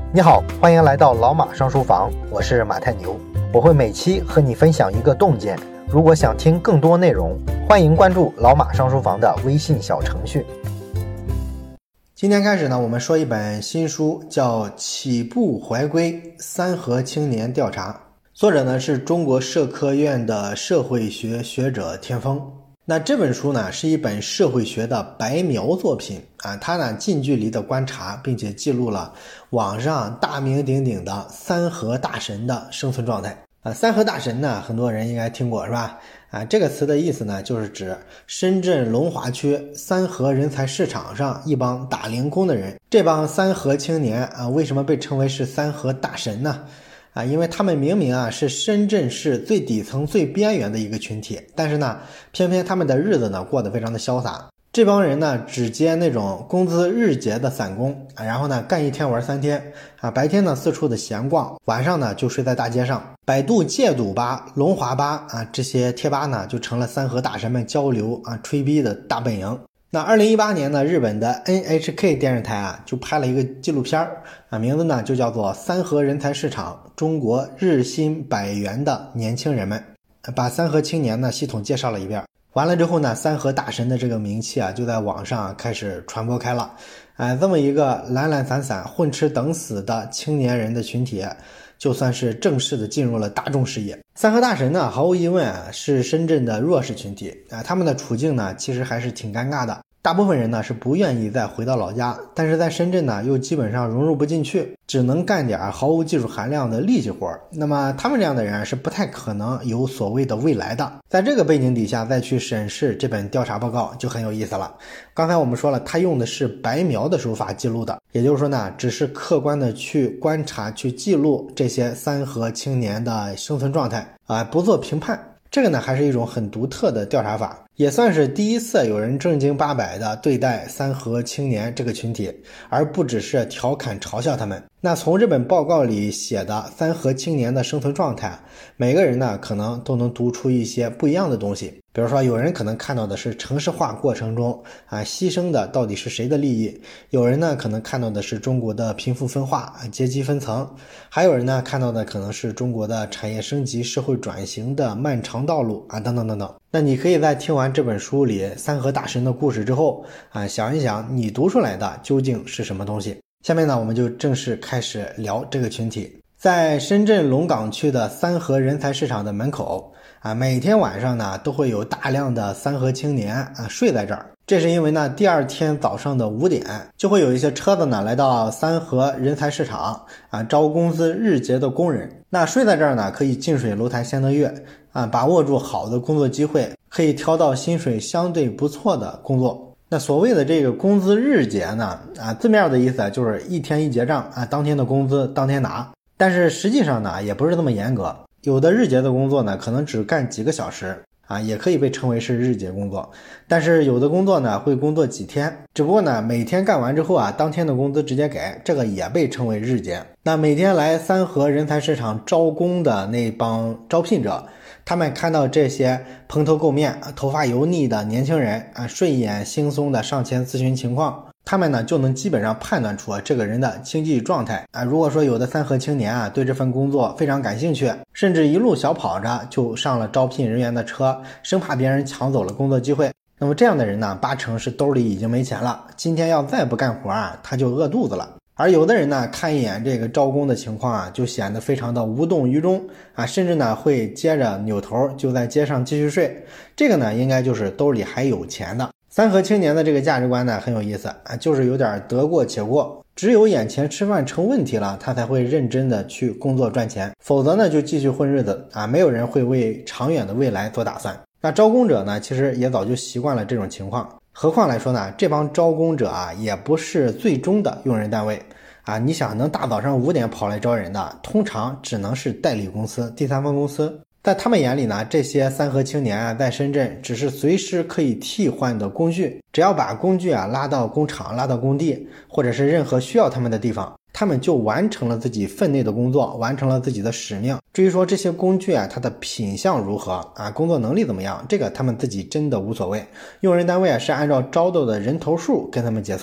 你好，欢迎来到老马上书房，我是马太牛，我会每期和你分享一个洞见。如果想听更多内容，欢迎关注老马上书房的微信小程序。今天开始呢，我们说一本新书，叫《起步怀归：三和青年调查》，作者呢是中国社科院的社会学学者田丰。那这本书呢是一本社会学的白描作品啊，它呢近距离的观察，并且记录了网上大名鼎鼎的三和大神的生存状态啊。三和大神呢，很多人应该听过是吧？啊，这个词的意思呢，就是指深圳龙华区三和人才市场上一帮打零工的人。这帮三和青年啊，为什么被称为是三和大神呢？啊，因为他们明明啊是深圳市最底层最边缘的一个群体，但是呢偏偏他们的日子呢过得非常的潇洒。这帮人呢只接那种工资日结的散工啊，然后呢干一天玩3天啊，白天呢四处的闲逛，晚上呢就睡在大街上。百度戒赌吧、龙华吧啊，这些贴吧呢就成了三和大神们交流啊吹逼的大本营。那2018年呢，日本的 NHK 电视台啊就拍了一个纪录片啊，名字呢就叫做《三和人才市场：中国日薪100元的年轻人们》，把三和青年呢系统介绍了一遍。完了之后呢，三和大神的这个名气啊就在网上开始传播开了。这么一个懒懒散散、混吃等死的青年人的群体，就算是正式的进入了大众视野。三和大神呢，毫无疑问啊是深圳的弱势群体啊，他们的处境呢其实还是挺尴尬的。大部分人呢是不愿意再回到老家，但是在深圳呢又基本上融入不进去，只能干点毫无技术含量的力气活。那么他们这样的人是不太可能有所谓的未来的。在这个背景底下再去审视这本调查报告就很有意思了。刚才我们说了，他用的是白描的手法记录的，也就是说呢，只是客观的去观察、去记录这些三和青年的生存状态啊，不做评判。这个呢还是一种很独特的调查法，也算是第一次有人正经八百的对待三和青年这个群体，而不只是调侃嘲笑他们。那从这本报告里写的三和青年的生存状态，每个人呢可能都能读出一些不一样的东西。比如说有人可能看到的是城市化过程中牺牲的到底是谁的利益，有人呢可能看到的是中国的贫富分化、阶级分层，还有人呢看到的可能是中国的产业升级、社会转型的漫长道路等等等等。那你可以在听完这本书里三和大神的故事之后想一想你读出来的究竟是什么东西。下面呢我们就正式开始聊这个群体。在深圳龙岗区的三和人才市场的门口每天晚上呢都会有大量的三和青年睡在这儿。这是因为呢第二天早上的5点就会有一些车子呢来到三和人才市场招工资日结的工人。那睡在这儿呢可以近水楼台先得月把握住好的工作机会，可以挑到薪水相对不错的工作。那所谓的这个工资日结呢字面的意思就是一天一结账当天的工资当天拿。但是实际上呢也不是那么严格，有的日结的工作呢可能只干几个小时也可以被称为是日结工作。但是有的工作呢会工作几天，只不过呢每天干完之后当天的工资直接给，这个也被称为日结。那每天来三和人才市场招工的那帮招聘者，他们看到这些蓬头垢面、头发油腻的年轻人睡眼惺忪的上前咨询情况，他们呢就能基本上判断出这个人的经济状态如果说有的三和青年对这份工作非常感兴趣，甚至一路小跑着就上了招聘人员的车，生怕别人抢走了工作机会，那么这样的人呢8成是兜里已经没钱了，今天要再不干活他就饿肚子了。而有的人呢看一眼这个招工的情况就显得非常的无动于衷甚至呢会接着扭头就在街上继续睡，这个呢应该就是兜里还有钱的。三和青年的这个价值观呢很有意思就是有点得过且过，只有眼前吃饭成问题了，他才会认真的去工作赚钱，否则呢就继续混日子没有人会为长远的未来做打算。那招工者呢其实也早就习惯了这种情况，何况来说呢这帮招工者也不是最终的用人单位你想能大早上5点跑来招人的，通常只能是代理公司、第三方公司。在他们眼里呢，这些三和青年在深圳只是随时可以替换的工具，只要把工具拉到工厂、拉到工地，或者是任何需要他们的地方，他们就完成了自己分内的工作，完成了自己的使命。至于说这些工具它的品相如何工作能力怎么样，这个他们自己真的无所谓。用人单位是按照招到的人头数跟他们结算的。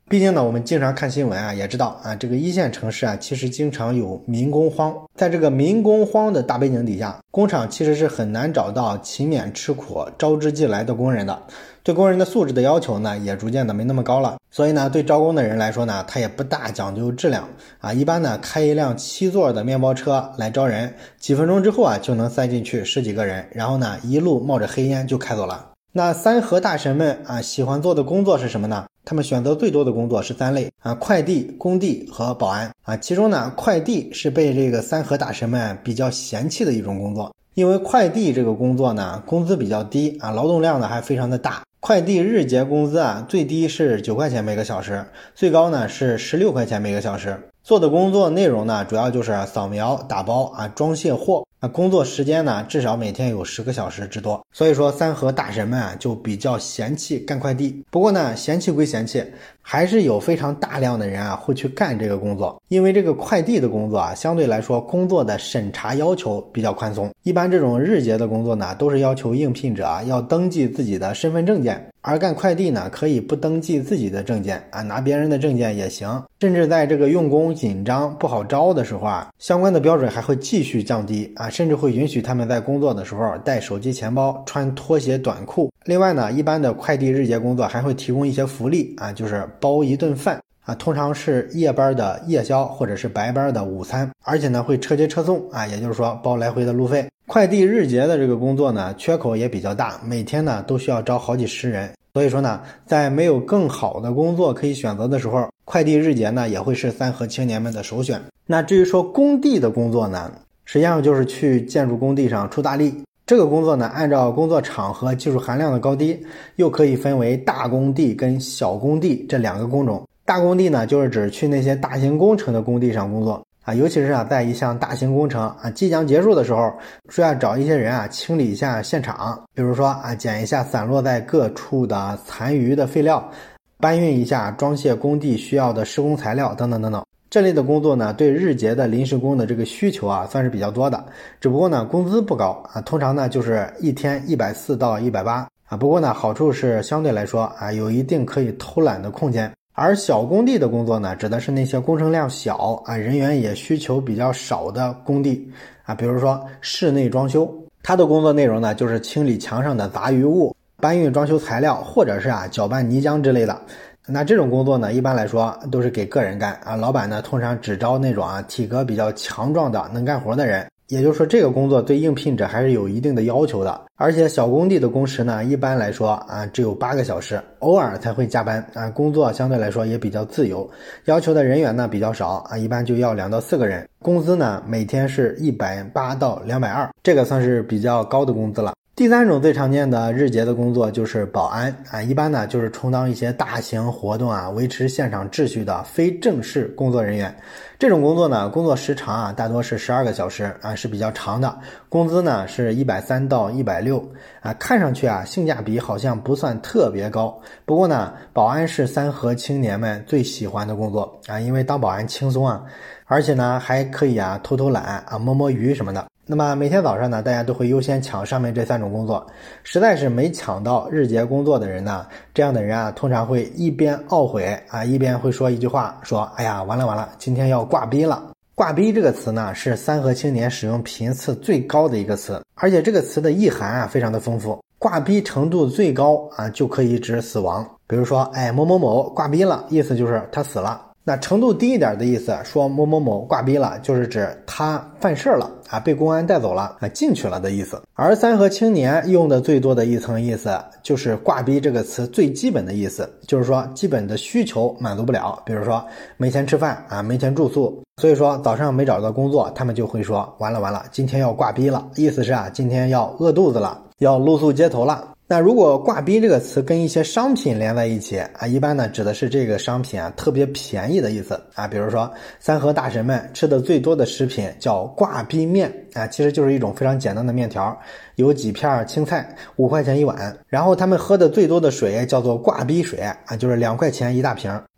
毕竟呢，我们经常看新闻啊，也知道啊，这个一线城市啊，其实经常有民工荒。在这个民工荒的大背景底下，工厂其实是很难找到勤勉吃苦、招之即来的工人的。对工人的素质的要求呢，也逐渐的没那么高了。所以呢，对招工的人来说呢，他也不大讲究质量啊。一般呢，开一辆7座的面包车来招人，几分钟之后啊，就能塞进去10几个人，然后呢，一路冒着黑烟就开走了。那三和大神们啊，喜欢做的工作是什么呢？他们选择最多的工作是3类啊：快递、工地和保安啊。其中呢，快递是被这个三和大神们比较嫌弃的一种工作，因为快递这个工作呢，工资比较低啊，劳动量呢还非常的大。快递日结工资啊，最低是9块钱每个小时，最高呢是16块钱每个小时。做的工作内容呢，主要就是扫描、打包啊、装卸货。工作时间呢，至少每天有10个小时之多。所以说，三和大神们啊，就比较嫌弃干快递。不过呢，嫌弃归嫌弃，还是有非常大量的人啊会去干这个工作。因为这个快递的工作啊，相对来说工作的审查要求比较宽松。一般这种日结的工作呢，都是要求应聘者啊要登记自己的身份证件。而干快递呢，可以不登记自己的证件啊，拿别人的证件也行。甚至在这个用工紧张不好招的时候啊，相关的标准还会继续降低啊，甚至会允许他们在工作的时候带手机钱包，穿拖鞋短裤。另外呢，一般的快递日结工作还会提供一些福利啊，就是包一顿饭啊，通常是夜班的夜宵或者是白班的午餐，而且呢会车接车送啊，也就是说包来回的路费。快递日结的这个工作呢，缺口也比较大，每天呢都需要招好几十人。所以说呢，在没有更好的工作可以选择的时候，快递日结呢也会是三和青年们的首选。那至于说工地的工作呢，实际上就是去建筑工地上出大力。这个工作呢，按照工作场和技术含量的高低，又可以分为大工地跟小工地这2个工种。大工地呢，就是指去那些大型工程的工地上工作啊，尤其是啊，在一项大型工程啊即将结束的时候，需要找一些人啊清理一下现场，比如说啊捡一下散落在各处的残余的废料，搬运一下装卸工地需要的施工材料等等等等。这类的工作呢，对日结的临时工的这个需求啊，算是比较多的。只不过呢，工资不高啊，通常呢就是一天140到180啊。不过呢，好处是相对来说啊，有一定可以偷懒的空间。而小工地的工作呢，指的是那些工程量小啊，人员也需求比较少的工地啊，比如说室内装修，它的工作内容呢，就是清理墙上的杂余物，搬运装修材料，或者是啊搅拌泥浆之类的。那这种工作呢，一般来说都是给个人干啊，老板呢通常只招那种啊体格比较强壮的能干活的人。也就是说，这个工作对应聘者还是有一定的要求的。而且小工地的工时呢，一般来说啊只有8个小时，偶尔才会加班啊，工作相对来说也比较自由，要求的人员呢比较少啊，一般就要2到4个人。工资呢每天是180到220，这个算是比较高的工资了。第3种最常见的日结的工作就是保安啊，一般呢就是充当一些大型活动啊，维持现场秩序的非正式工作人员。这种工作呢，工作时长啊大多是12个小时啊，是比较长的，工资呢是130到160啊，看上去啊性价比好像不算特别高。不过呢，保安是三和青年们最喜欢的工作啊，因为当保安轻松啊，而且呢还可以啊偷偷懒啊，摸摸鱼什么的。那么每天早上呢，大家都会优先抢上面这3种工作，实在是没抢到日结工作的人呢，这样的人啊，通常会一边懊悔啊，一边会说一句话，说哎呀完了完了，今天要挂逼了。挂逼这个词呢，是三和青年使用频次最高的一个词，而且这个词的意涵啊非常的丰富。挂逼程度最高啊，就可以指死亡，比如说哎某某某挂逼了，意思就是他死了。那程度低一点的意思，说某某某挂逼了，就是指他犯事了啊，被公安带走了啊，进去了的意思。而三和青年用的最多的一层意思，就是挂逼这个词最基本的意思，就是说基本的需求满足不了，比如说没钱吃饭啊，没钱住宿，所以说早上没找到工作，他们就会说完了完了，今天要挂逼了，意思是啊，今天要饿肚子了，要露宿街头了。那如果挂逼这个词跟一些商品连在一起啊，一般呢指的是这个商品啊特别便宜的意思啊，比如说三和大神们吃的最多的食品叫挂逼面啊，其实就是一种非常简单的面条，有几片青菜，5块钱一碗。然后他们喝的最多的水叫做挂逼水啊，就是2块钱一大瓶。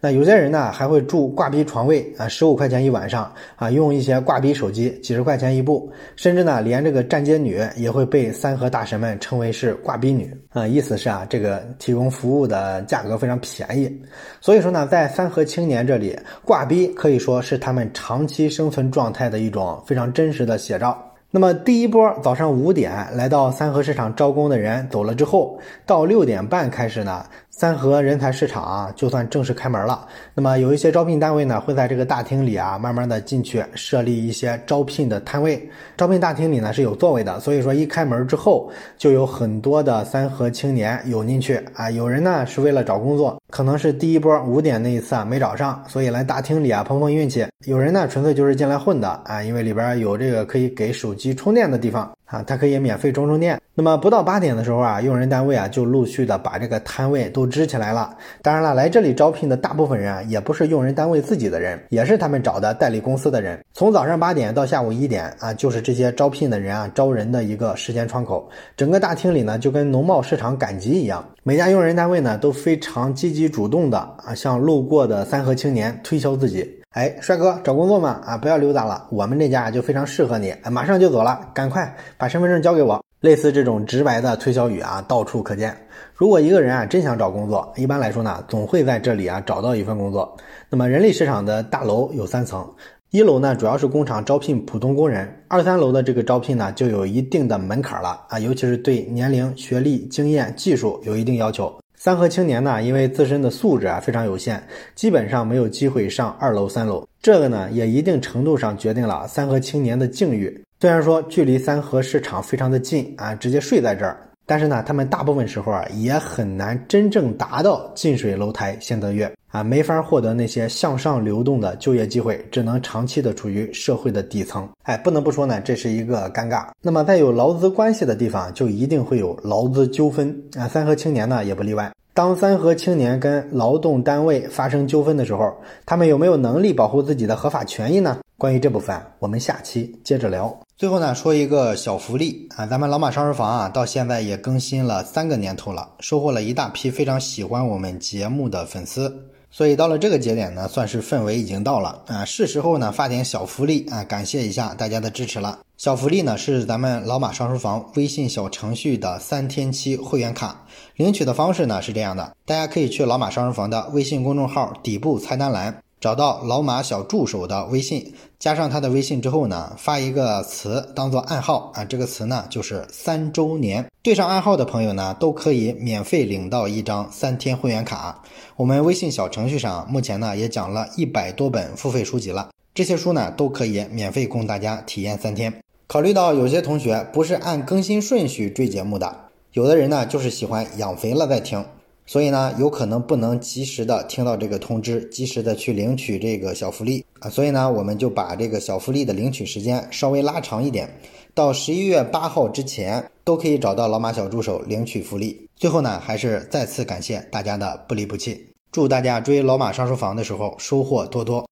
那有些人呢还会住挂逼床位啊，15块钱一晚上啊，用一些挂逼手机，几十块钱一部，甚至呢连这个站街女也会被三和大神们称为是挂逼女啊，意思是啊这个提供服务的价格非常便宜。所以说呢，在三和青年这里，挂逼可以说是他们长期生存状态的一种非常真实的写照。那么第一波早上5点来到三和市场招工的人走了之后，到6点半开始呢，三和人才市场啊就算正式开门了。那么有一些招聘单位呢会在这个大厅里啊慢慢的进去设立一些招聘的摊位。招聘大厅里呢是有座位的，所以说一开门之后就有很多的三和青年涌进去啊。有人呢是为了找工作，可能是第一波5点那一次啊没找上，所以来大厅里啊碰碰运气。有人呢纯粹就是进来混的啊，因为里边有这个可以给手机充电的地方啊，它可以免费充电。那么不到8点的时候啊，用人单位啊就陆续的把这个摊位都支起来了。当然了，来这里招聘的大部分人啊，也不是用人单位自己的人，也是他们找的代理公司的人。从早上8点到下午1点啊，就是这些招聘的人啊招人的一个时间窗口。整个大厅里呢就跟农贸市场赶集一样，每家用人单位呢都非常积极主动的啊向路过的三和青年推销自己。哎，帅哥，找工作吗？啊，不要溜达了，我们这家就非常适合你，马上就走了，赶快把身份证交给我。类似这种直白的推销语啊，到处可见。如果一个人啊真想找工作，一般来说呢，总会在这里啊找到一份工作。那么人力市场的大楼有3层，1楼呢主要是工厂招聘普通工人，2、3楼的这个招聘呢就有一定的门槛了啊，尤其是对年龄、学历、经验、技术有一定要求。三和青年呢，因为自身的素质啊非常有限，基本上没有机会上2楼、3楼。这个呢，也一定程度上决定了三和青年的境遇。虽然说距离三和市场非常的近啊，直接睡在这儿，但是呢，他们大部分时候啊也很难真正达到近水楼台先得月啊，没法获得那些向上流动的就业机会，只能长期的处于社会的底层。哎，不能不说呢，这是一个尴尬。那么在有劳资关系的地方，就一定会有劳资纠纷啊，三和青年呢也不例外。当三和青年跟劳动单位发生纠纷的时候，他们有没有能力保护自己的合法权益呢？关于这部分，我们下期接着聊。最后呢，说一个小福利啊，咱们老马上书房啊，到现在也更新了3个年头了，收获了一大批非常喜欢我们节目的粉丝。所以到了这个节点呢，算是氛围已经到了啊，是时候呢发点小福利啊，感谢一下大家的支持了。小福利呢是咱们老马上书房微信小程序的3天期会员卡，领取的方式呢是这样的，大家可以去老马上书房的微信公众号底部菜单栏，找到老马小助手的微信，加上他的微信之后呢，发一个词当做暗号啊，这个词呢就是3周年，对上暗号的朋友呢都可以免费领到一张3天会员卡。我们微信小程序上目前呢也讲了100多本付费书籍了，这些书呢都可以免费供大家体验3天。考虑到有些同学不是按更新顺序追节目的，有的人呢就是喜欢养肥了再听，所以呢有可能不能及时的听到这个通知，及时的去领取这个小福利啊，所以呢我们就把这个小福利的领取时间稍微拉长一点，到11月8号之前都可以找到老马小助手领取福利。最后呢还是再次感谢大家的不离不弃，祝大家追老马上书房的时候收获多多。